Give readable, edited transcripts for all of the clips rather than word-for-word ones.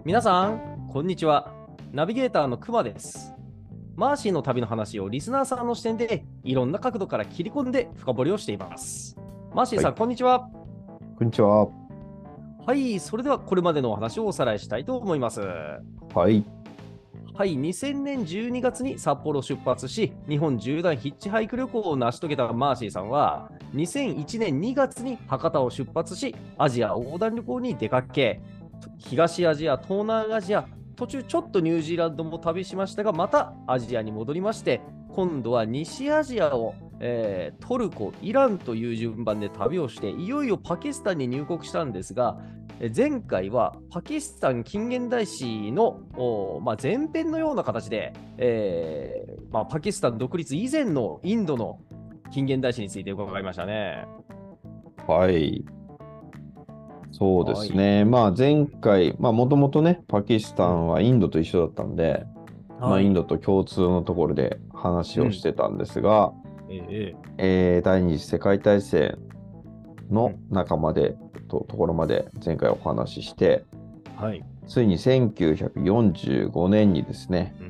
皆さん、こんにちは。ナビゲーターのくまです。マーシーの旅の話をリスナーさんの視点でいろんな角度から切り込んで深掘りをしています。マーシーさん、 はい、 こんにちは。 こんにちは。 はい、それではこれまでのお話をおさらいしたいと思います。 はい、 はい、2000年12月に札幌を出発し、日本縦断ヒッチハイク旅行を成し遂げたマーシーさんは、2001年2月に博多を出発し、アジア横断旅行に出かけ、東アジア、東南アジア、途中ちょっとニュージーランドも旅しましたが、またアジアに戻りまして、今度は西アジアを、トルコ、イランという順番で旅をして、いよいよパキスタンに入国したんですが、前回はパキスタン近現代史の、前編のような形で、パキスタン独立以前のインドの近現代史について伺いましたね。 はい。そうではい。 すね。前回、もともとね、パキスタうん。 ンはインドと一緒だったんで、 はい。 インドと共通のところで話をしうん。 てたんですが、 ええ。 第二次世界大戦のうん。 仲間で、ところまで前回お話しして、 はい。 ついに1945年にですね、 うん。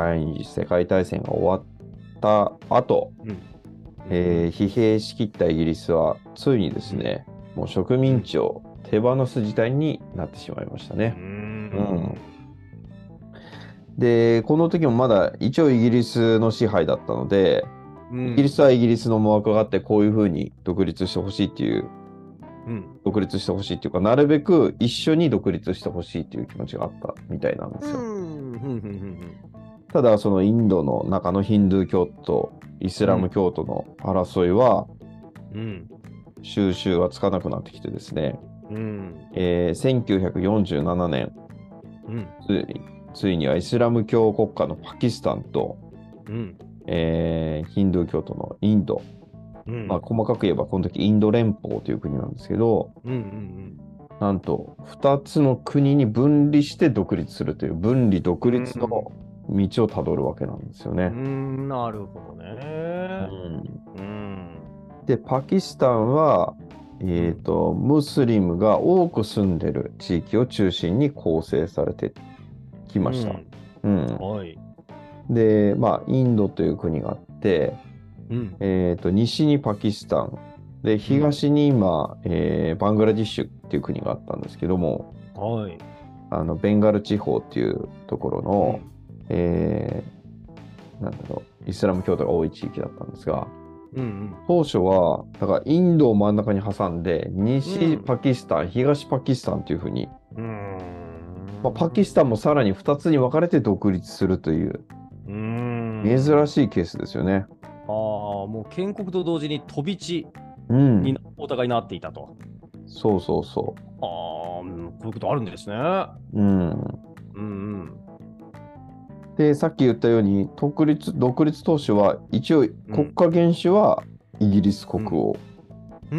第二次世界大戦が終わった後、 うん。うん。 疲弊しきったイギリスは、ついにでうん。 すね、もう植うん。 民地を手放す事態になってしまいましたうね。うん。 ん。 で、この時もまだ一応イギリスの支配だったので、イギリうん。 スはイギリスの思惑があって、こういうふうに独立してほしいっていう、 うん。 独立してほしいっていうか、なるべく一緒に独立してほしいっていう気持ちがあったみたいなんでうすよ。 ん。うん。 ただ、そのインドの中のヒンドゥー教徒、イスラムうん。 教徒の争いは、 うん。 収拾がつかなくなってきてですね、 うん。 1947年、 うん。 ついにはイスラム教国家のパキスタンと、 うん。 ヒンドゥー教徒のインド、 うん。 細かく言えばこの時インド連邦という国なんですけど、 うん。 なんと2つの国に分離して独立するという分離独う立のん。 道をたどるわけなんですよね。 なるほどうね。 ん、 うん。 で、パキスタンは、 うん。 ムスリムが多く住んでる地域を中心に構成されてきました。 うん。 うん。 はい。 で、インドという国があって、 うん。 西にパキスタン、で、 うん。 東に今、バングラディッシュっていう国があったんですけども、 はい。 ベンガル地方っていうところの、 うん。 えなんだろイスラム教徒が多い地域だったんですが、 うん。 当初は、だからインドを真ん中に挟んで、 うん。 西パキスタン、東パキスタンというふうに、 うパキスん。 タンもさらに2つに分かれて独立するといううん。 珍しいケースですよね。 ああ、もう建国と同時に飛び地うん。 にお互いなっていたと。 そうそうそああ、こういうことあるんですね。 う。うん。 うん。 で、さっき言ったように、独立当初は、一応うん。 国家元首はイギリス国うん。 王うん。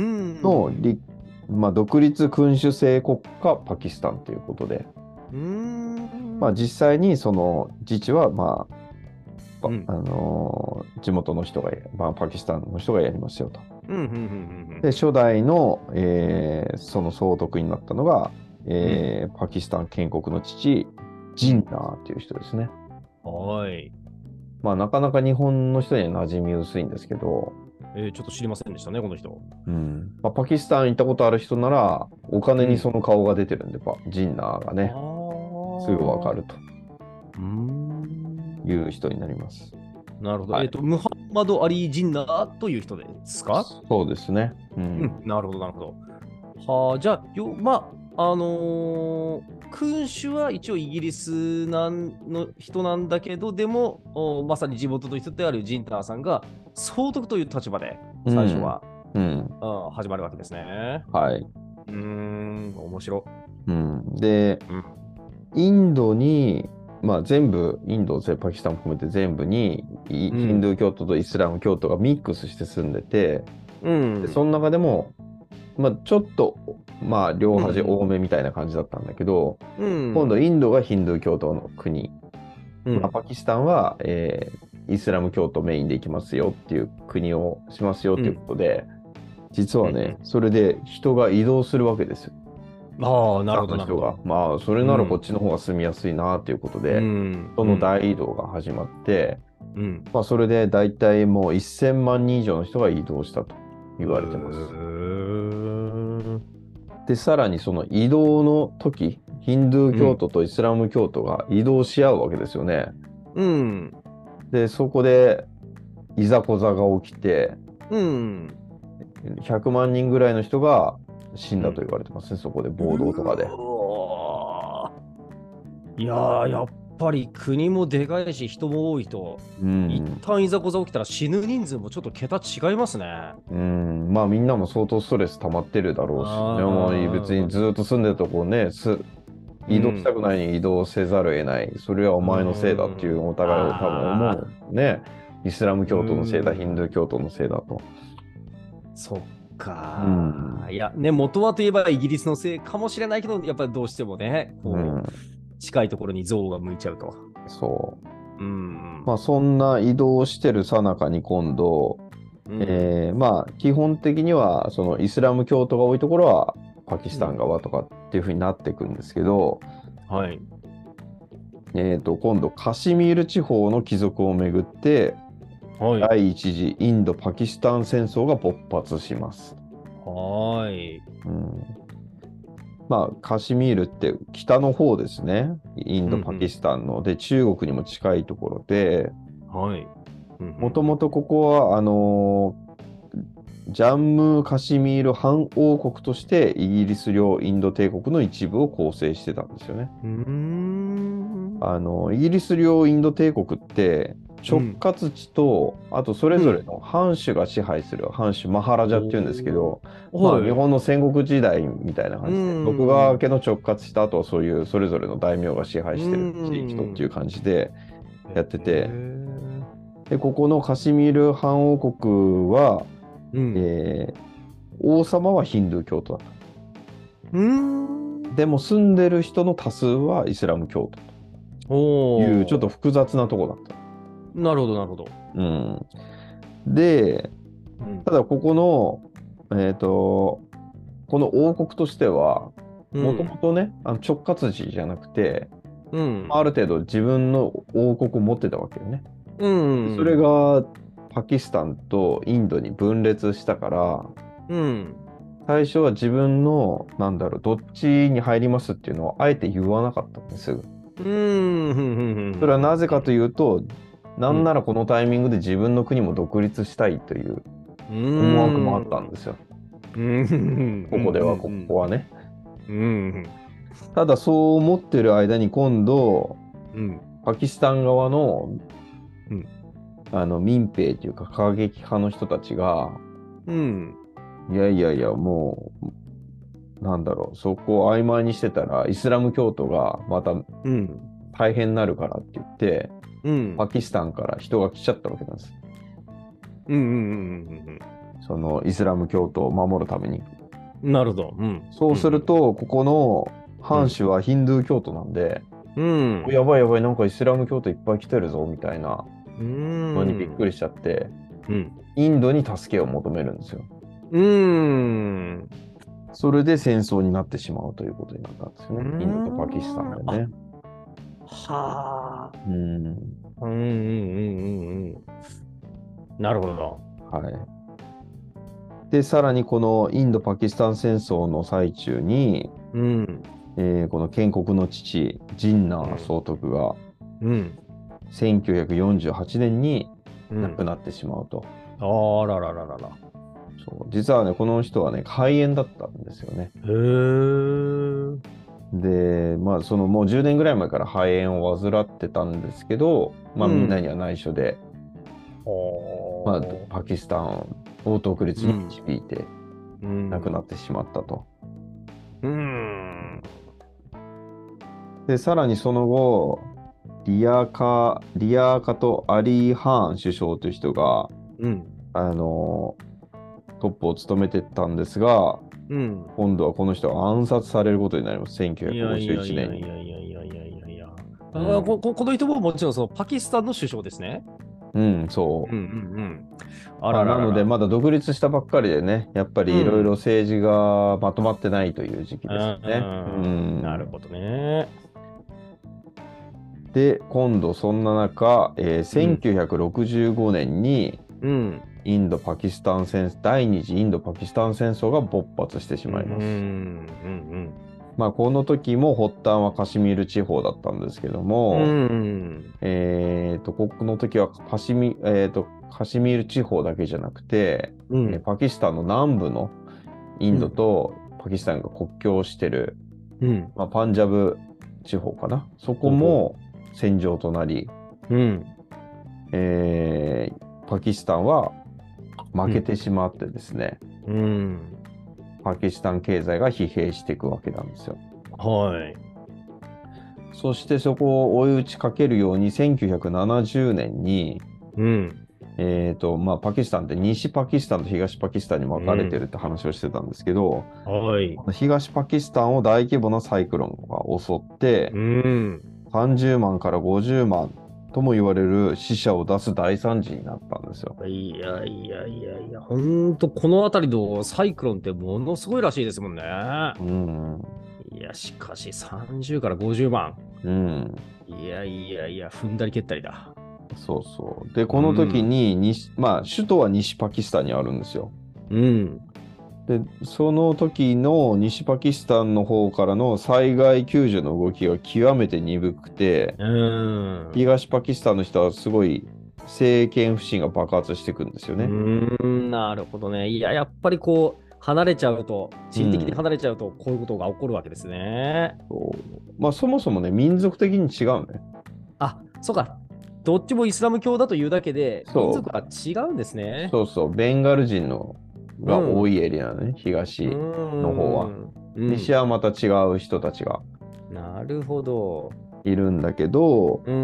の独立君主制国家パキスタンということで、 うん。 実際にその自治は、 うん。 地元の人が、パキスタンの人がやりますよと。 うん。うん。うん。 で、初代の、その総督になったのが、 うん。 パキスタン建国の父、 うん。 ジンナーっていう人ですね。 はい。 なかなか日本の人には馴染み薄いんですけど、 ちょっと知りませんでしたね、この人。 うん。パキスタン行ったことある人なら、お金にうん。 その顔が出てるんで、ジンナーがあね、すぐわかあ。 るといん。 う人になります。 なるほど。 はい。 ムハンマド・アリー・ジンナーという人ですか？ そうですね。うん。 うん。なるほど、なるほど。はあ、じゃあ、君主は一応イギリスの人なんだけど、でも、まさに地元の人であるジンターさんが総督という立場でうん。 最初は、 うん。 始まるわけですね。 はい。 面白。 うん。で、 うん。 インドに、全部、インド、パキスタンも含めて全部に、ヒンドゥーうん。 教徒とイスラム教徒がミックスして住んでて、 うでそん。 の中でも、ちょっと、両端うん。 多めみたいな感じだったんだけど、 う今度、 ん。 インドがヒンドゥー教徒の国、 うん。 パキスタンは、イスラム教徒メインで行きますよっていう国をしますよっていううん。 ことで、実はね、 うん。 それで人が移動するわけですよ。 ああ、なるほど、なるほ他の人が。 ど。 まあ、それならこっちの方が住みやすいなっていうことうで、 ん。 その大移動が始まって、 うん。 まあ、それで大体もう1000万人以上の人が移動したと言われてます。で、さらにその移動の時、ヒンドゥー教徒とイスラム教徒が移動し合うわけですよね。 うん。 で、そこでいざこざが起きて、 うん。 100万人ぐらいの人が死んだと言われてますね、そこで暴動とかで。 わーいやー、やっぱり国もでかいし、人も多いと、一旦いざこざ起きたら死ぬ人数もちょっと桁違いますね。 まあみんなも相当ストレス溜まってるだろうし、でも別にずっと住んでるとこね、移動したくないのに移動せざるを得ない。それはお前のせいだっていうお互いを多分思うね。イスラム教徒のせいだ、ヒンドゥー教徒のせいだと。 そっか。いや、ね、元はといえばイギリスのせいかもしれないけど、やっぱりどうしてもね、こう、近いところに憎悪が向いちゃうと。 そう。まあそんな移動してる最中に今度、まあ基本的にはそのイスラム教徒が多いところはパキスタン側とかっていう風になっていくんですけど、 はい。 今度カシミール地方の帰属をめぐって、第一次インド・パキスタン戦争が勃発します。まあカシミールって北の方ですね。インド・パキスタンの、で中国にも近いところで、もともとここはジャンムー・カシミール半王国としてイギリス領インド帝国の一部を構成してたんですよね。イギリス領インド帝国って直轄地と、あとそれぞれの藩主が支配する藩主マハラジャっていうんですけど、まあ日本の戦国時代みたいな感じで、徳川家の直轄地とあとはそういうそれぞれの大名が支配してる地域とっていう感じでやってて、でここのカシミール半王国は、王様はヒンドゥー教徒だった。でも住んでる人の多数はイスラム教徒というちょっと複雑なとこだった。 なるほど、なるほど。 で、ただここの、この王国としては、もともとね、直轄地じゃなくて、ある程度自分の王国を持ってたわけよね。それがパキスタンとインドに分裂したから、最初は自分の、どっちに入りますっていうのをあえて言わなかったんですぐ。それはなぜかというと、なんならこのタイミングで自分の国も独立したいという思惑もあったんですよ。ここはね。ただそう思ってる間に今度、パキスタン側の、民兵というか過激派の人たちが、いやいやいや、もう、そこを曖昧にしてたら、イスラム教徒がまた大変になるからって言って、パキスタンから人が来ちゃったわけなんです。そのイスラム教徒を守るために。 なるほど。 そうすると、ここの藩主はヒンドゥー教徒なんで、やばいやばい、なんかイスラム教徒いっぱい来てるぞ、みたいなのにびっくりしちゃって、インドに助けを求めるんですよ。それで戦争になってしまうということになったんですよね。インドとパキスタンでね。 はあ。なるほど。 はい。で、さらにこのインド・パキスタン戦争の最中に、この建国の父、ジンナー総督が、1948年に亡くなってしまうと。 あららららら。 そう実はね、この人はね、肺炎だったんですよね。で、まあ、もう10年ぐらい前から肺炎を患ってたんですけど、まあ、みんなには内緒で、まあ、パキスタンを独立に導いて、亡くなってしまったと。で、さらにその後、リアカト・アリー・ハーン首相という人が、トップを務めてたんですが、今度はこの人は暗殺されることになります。1951年に。 この人ももちろんそのパキスタンの首相ですね。 うん、そうんうんうう。 ん。あららなので、 らら。 まだ独立したばっかりでね、やっぱりいろいろうん。 政治がまとまってないという時期うですよね。うん。なるん。 ほどね。 で、今度そんな中、 うん。 1965年にうん。 インド・パキスタン戦、第二次インド・パキスタン戦争が勃発してしうん。うまいます。 ん。 まあ、この時も発端はカシミール地方だったんですけどうも、 ん。 この時はカシミール地方だけじゃなくて、 うん。 パキスタンの南部のインドうん。 とパキスタンが国境をしてる、 うん。 まあ、パンジャブ地方かな。そこほうほも戦場となり、 う。うん。 パキスタンは負けうん。 てしまってですね、 うん。 パキスタン経済が疲弊していくわけなんですよ。 はい。 そしてそこを追い打ちかけるように1970年に、 うん。 まあ、パキスタンって西パキスタンと東パキスタンに分かれてうん。 るって話をしてたんですけど、 はい。 東パキスタンを大規模なサイクロンが襲って、 うん。 30万から50万とも言われる死者を出す大惨事になったんですよ。 いやいやいやいや、ほんとこの辺りのサイクロンってものすごいらしいですもんね。 うん、 いや、しかし30から50万。 うん、 いやいやいや、踏んだり蹴ったりだ。 そうそう。で、 うこの時ん。 にまあ、首都は西パキスタンにあるんですよ。 うん。 で、その時の西パキスタンの方からの災害救助の動きが極めて鈍くて、 うん。 東パキスタンの人はすごい政権不信が爆発していくんですようね。 なるほどね。いや、やっぱりこう、離れちゃうと、地理的にうん。 離れちゃうと、こういうことが起こるわけですね。 まあそもそもね、民族的に違うね。 あ、そうか。どっちもイスラム教だというだけで、民そう。 族が違うんですね。 そうそう。ベンガル人のうん。 が多いエリアね、 うー東の方は。 ん。うん。 西はまた違う人たちがなるほど。 いるんだけど、 うん。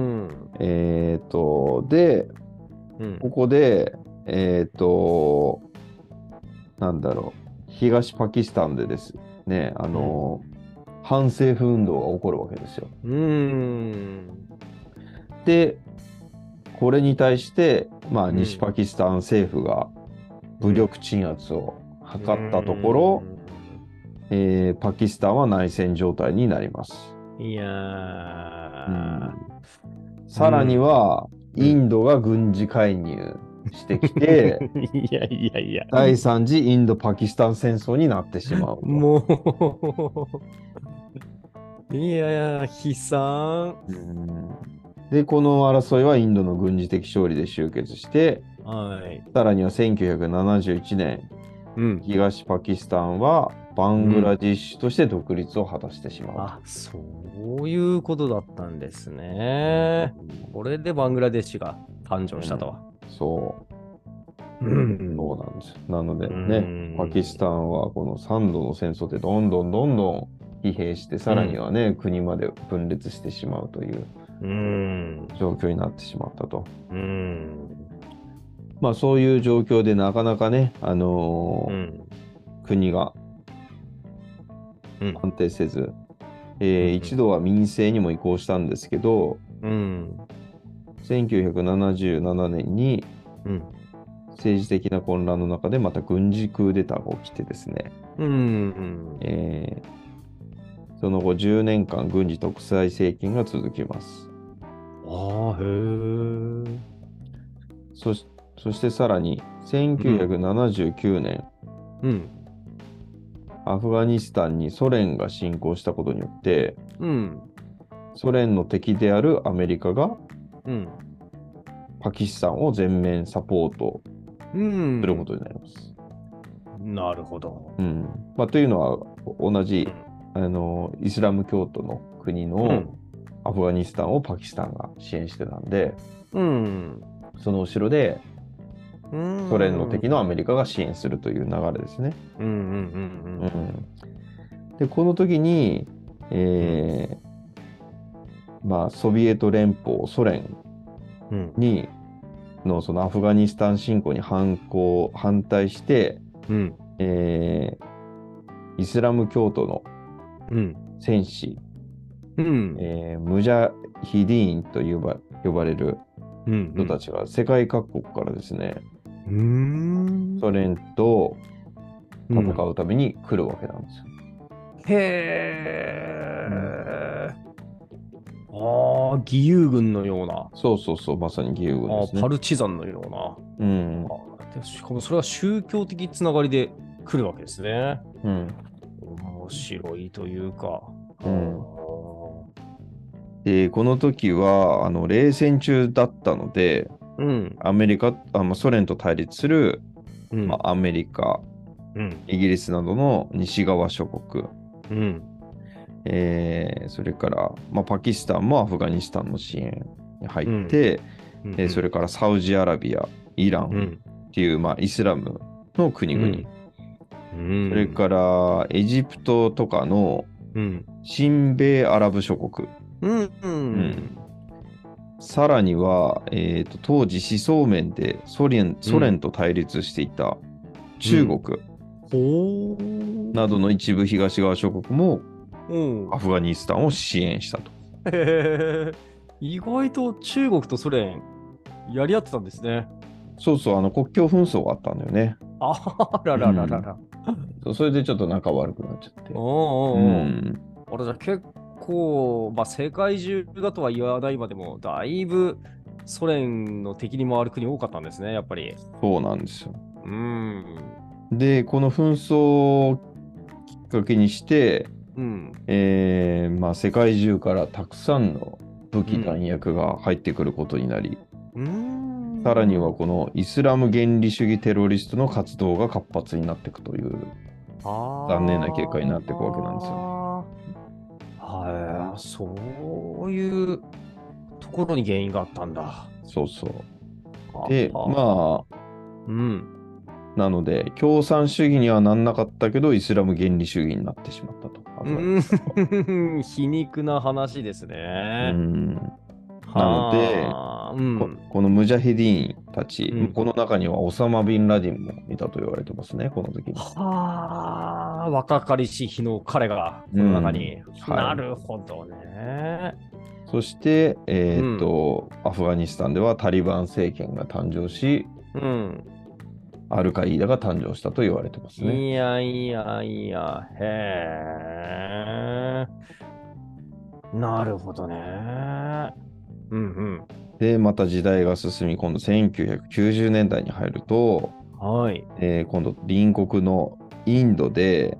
で、 うん。 ここで、えっと、なんだろう、東パキスタンでですね、 うん。 反政府運動が起こるわけですよ。 うーん。 で、これに対して、まあ、 うん。 西パキスタン政府が武うん。 力鎮圧を図うったところ、 ん。 パキスタンは内戦状態になります。 いやうん、 ー。うさらにん。 は、 うん。 インドが軍事介入してきて、 いやいやいや。 第3次インド・パキスタン戦争になってしまうと。 もう、いやー、悲惨。 うん、で、この争いはインドの軍事的勝利で終結して、 はい。 さらには1971年、 うん。 東パキスタンはバングラうん。 ディッシュとして独立を果たしてしまうと。 あ、そういうことだったんですうね。 ん、 これでバングラデシュが誕生うん、 したと。 そう、 うん。 そうなんですよ。なのでうね、パキん。 スタンはこの3度の戦争でどんどんどんどん疲弊して、さらにうん。 はね、国まで分裂してしまうといううん。 状況になってしまったと。 うん。 まあそういう状況でなかなかね、 うん。 国がうん。 安定せず、 うん。 一度は民政にも移行したんですけど、 うん。 1977年にうん。 政治的な混乱の中でまた軍事クーデターが起きてですね、 うん。 えその後10年間軍事独裁政権が続きます。 ああ、へえ。 そし、そしてさらにうん。 1979年、 うん。 アフガニスタンにソ連が侵攻したことによって、 うん。 ソ連の敵であるアメリカがうん。 パキスタンを全面サポートうん。 することになります。 なるほど。 うん。まあ、というのは、同じ、 うん。 イスラム教徒の国のうん。 アフガニスタンをパキスタンが支援してたんで、 うん。 その後ろでうソ連のん。 敵のアメリカが支援するという流れですね。 うん。うん。 うん。で、この時に、 うん。 えまあ、ソビエト連邦、ソ連うん。 にそのアフガニスタン侵攻に反対して、 うん。 えイスラム教徒のうん。 戦士、 うん。 ムジャヒディーンと呼ばれる人たちが世界各国からですね、ソ連と戦うために来るわけなんですよ。 へー。義勇軍のような。 そうそうそう、まさに義勇軍ですね。 パルチザンのような。しかもそれは宗教的つながりで来るわけですね。面白いというか。 で、この時は冷戦中だったので、アメリカ、ソ連と対立する、アメリカ、イギリスなどの西側諸国、それから、パキスタンもアフガニスタンの支援に入って、それからサウジアラビア、イランっていう、イスラムの国々、それからエジプトとかの親米アラブ諸国、さらには、当時思想面でソ連と対立していた中国などの一部東側諸国もアフガニスタンを支援したと。 意外と中国とソ連やり合ってたんですね。 そうそう、国境紛争があったんだよね。 あららららら。 それでちょっと仲悪くなっちゃって。 あれじゃ結構、世界中だとは言わないまでも、だいぶソ連の敵に回る国多かったんですね、やっぱり。 そうなんですよ。で、この紛争をきっかけにして、世界中からたくさんの武器弾薬が入ってくることになり、さらにはこのイスラム原理主義テロリストの活動が活発になっていくという残念な結果になっていくわけなんですよ。 そういうところに原因があったんだ。 そうそう。で、なので、共産主義にはなんなかったけど、イスラム原理主義になってしまったと。 皮肉な話ですね。 なので、このムジャヒディーンたち、この中にはオサマ・ビンラディンもいたと言われてますね、この時に。 若かりし日の彼がこの中に。なるほどね。 そして、アフガニスタンではタリバン政権が誕生し、アルカイダが誕生したと言われてますね。 いや、へー。なるほどね。 で、また時代が進み、今度1990年代に入ると、今度隣国のインドで、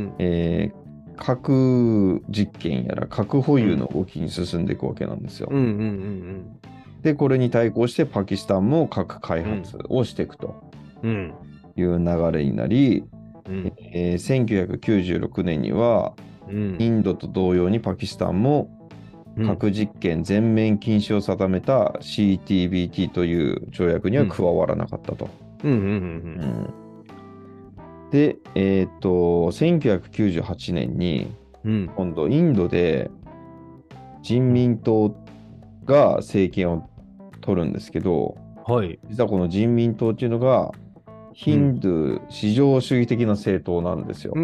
核実験やら核保有の動きに進んでいくわけなんですよ。で、これに対抗してパキスタンも核開発をしていくという流れになり、1996年にはインドと同様にパキスタンも核実験全面禁止を定めた CTBT という条約には加わらなかったと。で、1998年に、今度インドで人民党が政権を取るんですけど、実はこの人民党っていうのがヒンドゥー至上主義的な政党なんですよ。こ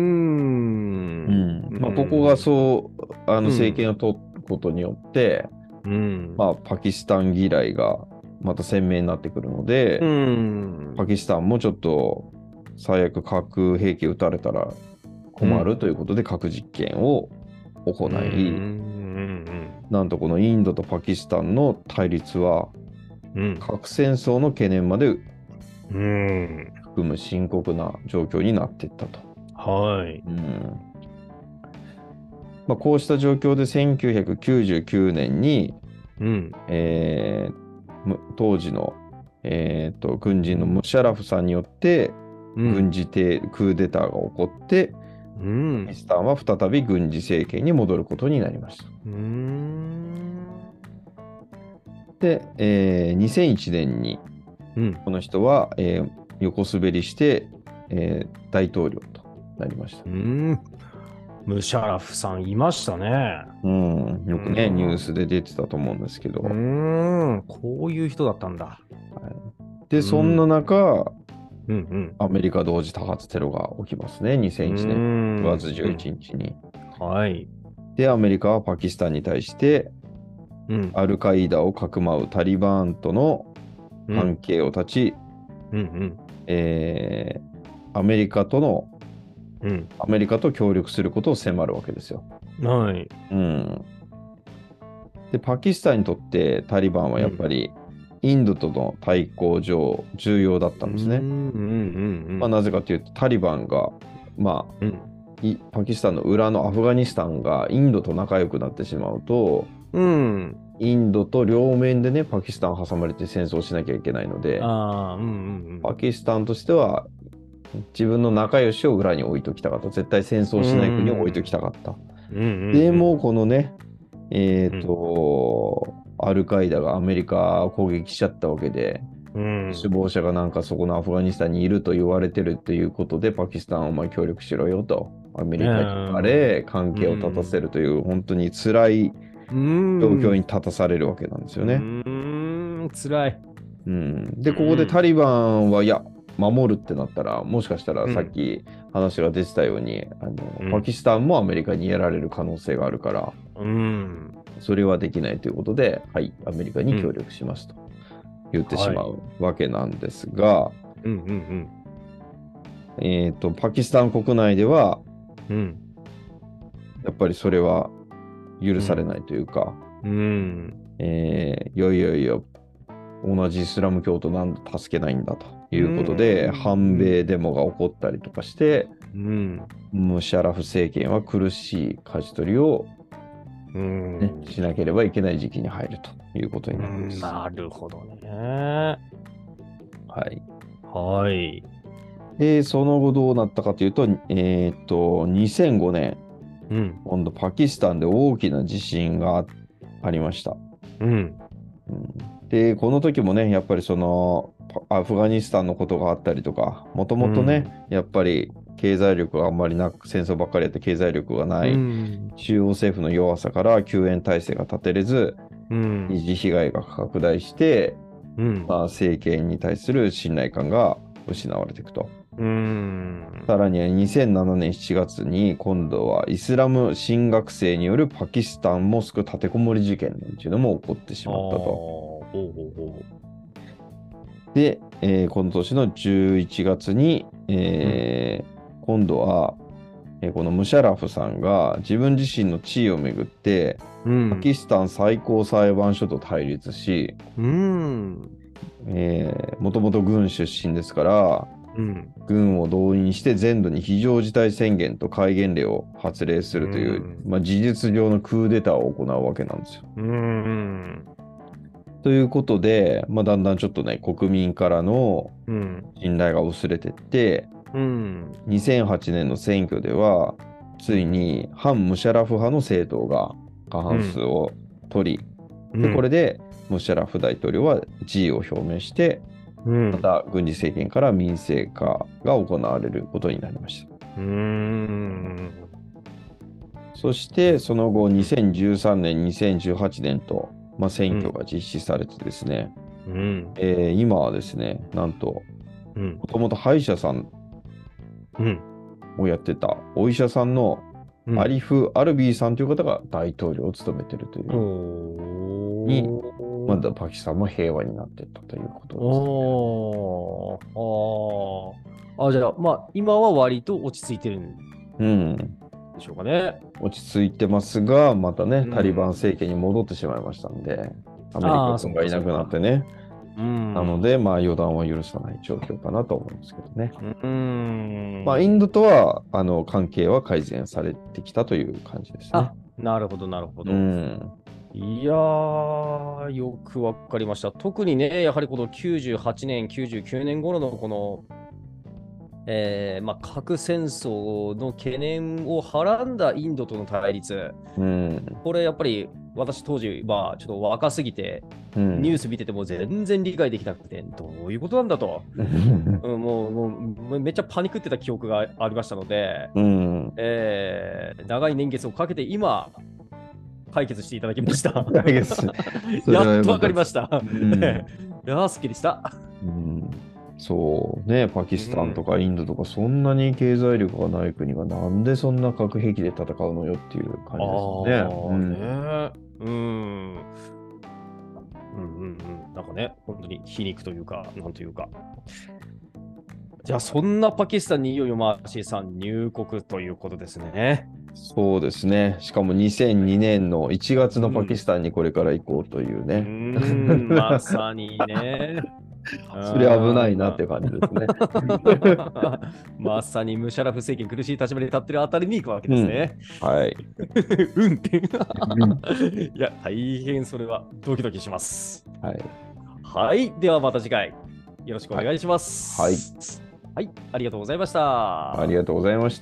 こが政権を取ることによって、パキスタン嫌いがまた鮮明になってくるので、パキスタンもちょっと最悪核兵器撃たれたら困るということで核実験を行い、なんとこのインドとパキスタンの対立は、核戦争の懸念まで含む深刻な状況になっていったと。こうした状況で1999年に、当時の、軍人のムシャラフさんによって軍事クーデターが起こって、パキスタンは再び軍事政権に戻ることになりました。で、2001年にこの人は、横滑りして、大統領となりました。 ムシャラフさんいましたね。 よくね、ニュースで出てたと思うんですけど。こういう人だったんだ。 で、そんな中、アメリカ同時多発テロが起きますね、2001年9月11日に。で、アメリカはパキスタンに対して、 アルカイダをかくまうタリバンとの関係を断ち、アメリカと協力することを迫るわけですよ。 はい。 で、パキスタンにとってタリバンはやっぱりインドとの対抗上重要だったんですね。なぜかというとタリバンが、パキスタンの裏のアフガニスタンがインドと仲良くなってしまうと、インドと両面でね、パキスタン挟まれて戦争しなきゃいけないので、パキスタンとしては自分の仲良しを裏に置いときたかった。絶対戦争しない国を置いときたかった。でも、このね、アルカイダがアメリカを攻撃しちゃったわけで、首謀者がなんかそこのアフガニスタンにいると言われてるということで、パキスタンお前協力しろよと、アメリカに言われ、関係を立たせるという、本当に辛い状況に立たされるわけなんですよね。 辛い。 で、ここでタリバンは、いや、守るってなったら、もしかしたらさっき話が出てたように、パキスタンもアメリカにやられる可能性があるから、それはできないということで、はい、アメリカに協力しますと言ってしまうわけなんですが、パキスタン国内では、やっぱりそれは許されないというか、いや、同じイスラム教徒なんで助けないんだということで、反米デモが起こったりとかして、ムシャラフ政権は苦しい舵取りを、しなければいけない時期に入るということになります。 なるほどね。 はい。で、その後どうなったかというと、2005年、今度パキスタンで大きな地震がありました。で、この時もね、やっぱりそのアフガニスタンのことがあったりとか、もともとね、やっぱり経済力があんまりなく、戦争ばっかりやって経済力がない、中央政府の弱さから救援体制が立てれず、二次被害が拡大して、政権に対する信頼感が失われていくと。さらには2007年7月に今度はイスラム神学生によるパキスタンモスク立てこもり事件というのも起こってしまったと。で、この年の11月に、今度は、このムシャラフさんが自分自身の地位をめぐって、パキスタン最高裁判所と対立し、もともと軍出身ですから、軍を動員して全土に非常事態宣言と戒厳令を発令するという、事実上のクーデターを行うわけなんですよ。ということで、だんだんちょっとね、国民からの信頼が薄れてって、2008年の選挙では、ついに反ムシャラフ派の政党が過半数を取り、でこれでムシャラフ大統領は辞意を表明して、また軍事政権から民政化が行われることになりました。そしてその後2013年、2018年と、選挙が実施されてですね、今はですね、なんと、もともと歯医者さんをやってたお医者さんのアリフ・アルビーさんという方が大統領を務めているというに、まだパキスタンも平和になっていったということですね。 じゃあ、今は割と落ち着いてるんでしょうかね。 落ち着いてますが、またね、タリバン政権に戻ってしまいましたんで、アメリカ軍がいなくなってね。なので、予断は許さない状況かなと思うんですけどね。インドとは関係は改善されてきたという感じですね。 なるほど、なるほど。いやー、よくわかりました。特にね、やはりこの98年、99年頃のこの、核戦争の懸念をはらんだインドとの対立、これやっぱり私当時、ちょっと若すぎて、ニュース見てても全然理解できなくて、どういうことなんだと、もうめっちゃパニックってた記憶がありましたので、長い年月をかけて今、解決していただきました。やっとわかりました。いやすっきりした。 そうね、パキスタンとかインドとかそんなに経済力がない国がなんでそんな核兵器で戦うのよっていう感じですね。 かね、本当に皮肉というか、なんというか。じゃあ、そんなパキスタンにいよいよマーシーさん入国ということですね。 そうですね。しかも2002年の1月のパキスタンにこれから行こうというね。 まさにね。 それ危ないなっていう感じですね。 まさにムシャラフ政権苦しい立場に立ってるあたりに行くわけですね。 はい。 運転いや、大変それはドキドキします。 はい。 はい。ではまた次回よろしくお願いします。 はい。 はい。ありがとうございました。 ありがとうございました。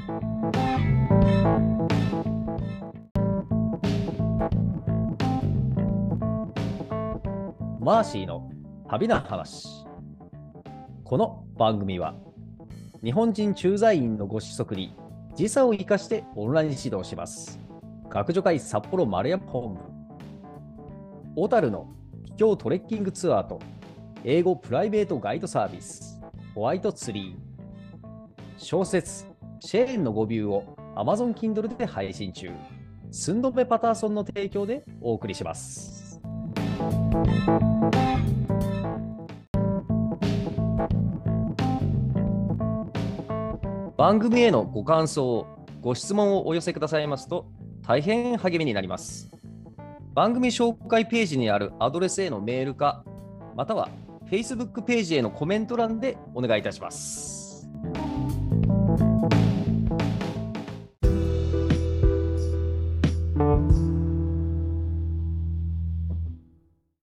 マーシーの旅な話。この番組は日本人駐在員のご子息に時差を生かしてオンライン指導します。学助会札幌丸山本部、小樽の秘境トレッキングツアーと英語プライベートガイドサービス、ホワイトツリー、小説、シェーンの語尾を Amazon Kindle で配信中。スンドメ・パターソンの提供でお送りします。番組へのご感想、ご質問をお寄せくださいますと大変励みになります。番組紹介ページにあるアドレスへのメールか、または Facebook ページへのコメント欄でお願いいたします。